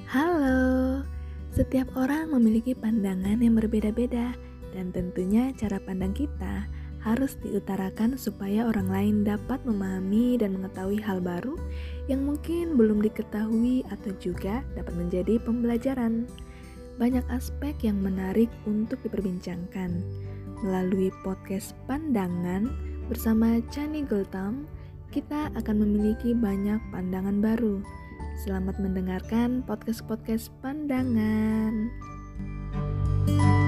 Halo, setiap orang memiliki pandangan yang berbeda-beda dan tentunya cara pandang kita harus diutarakan supaya orang lain dapat memahami dan mengetahui hal baru yang mungkin belum diketahui atau juga dapat menjadi pembelajaran. Banyak aspek yang menarik untuk diperbincangkan. Melalui podcast Pandangan bersama Chani Gultam, kita akan memiliki banyak pandangan baru. Selamat mendengarkan podcast-podcast Pandangan.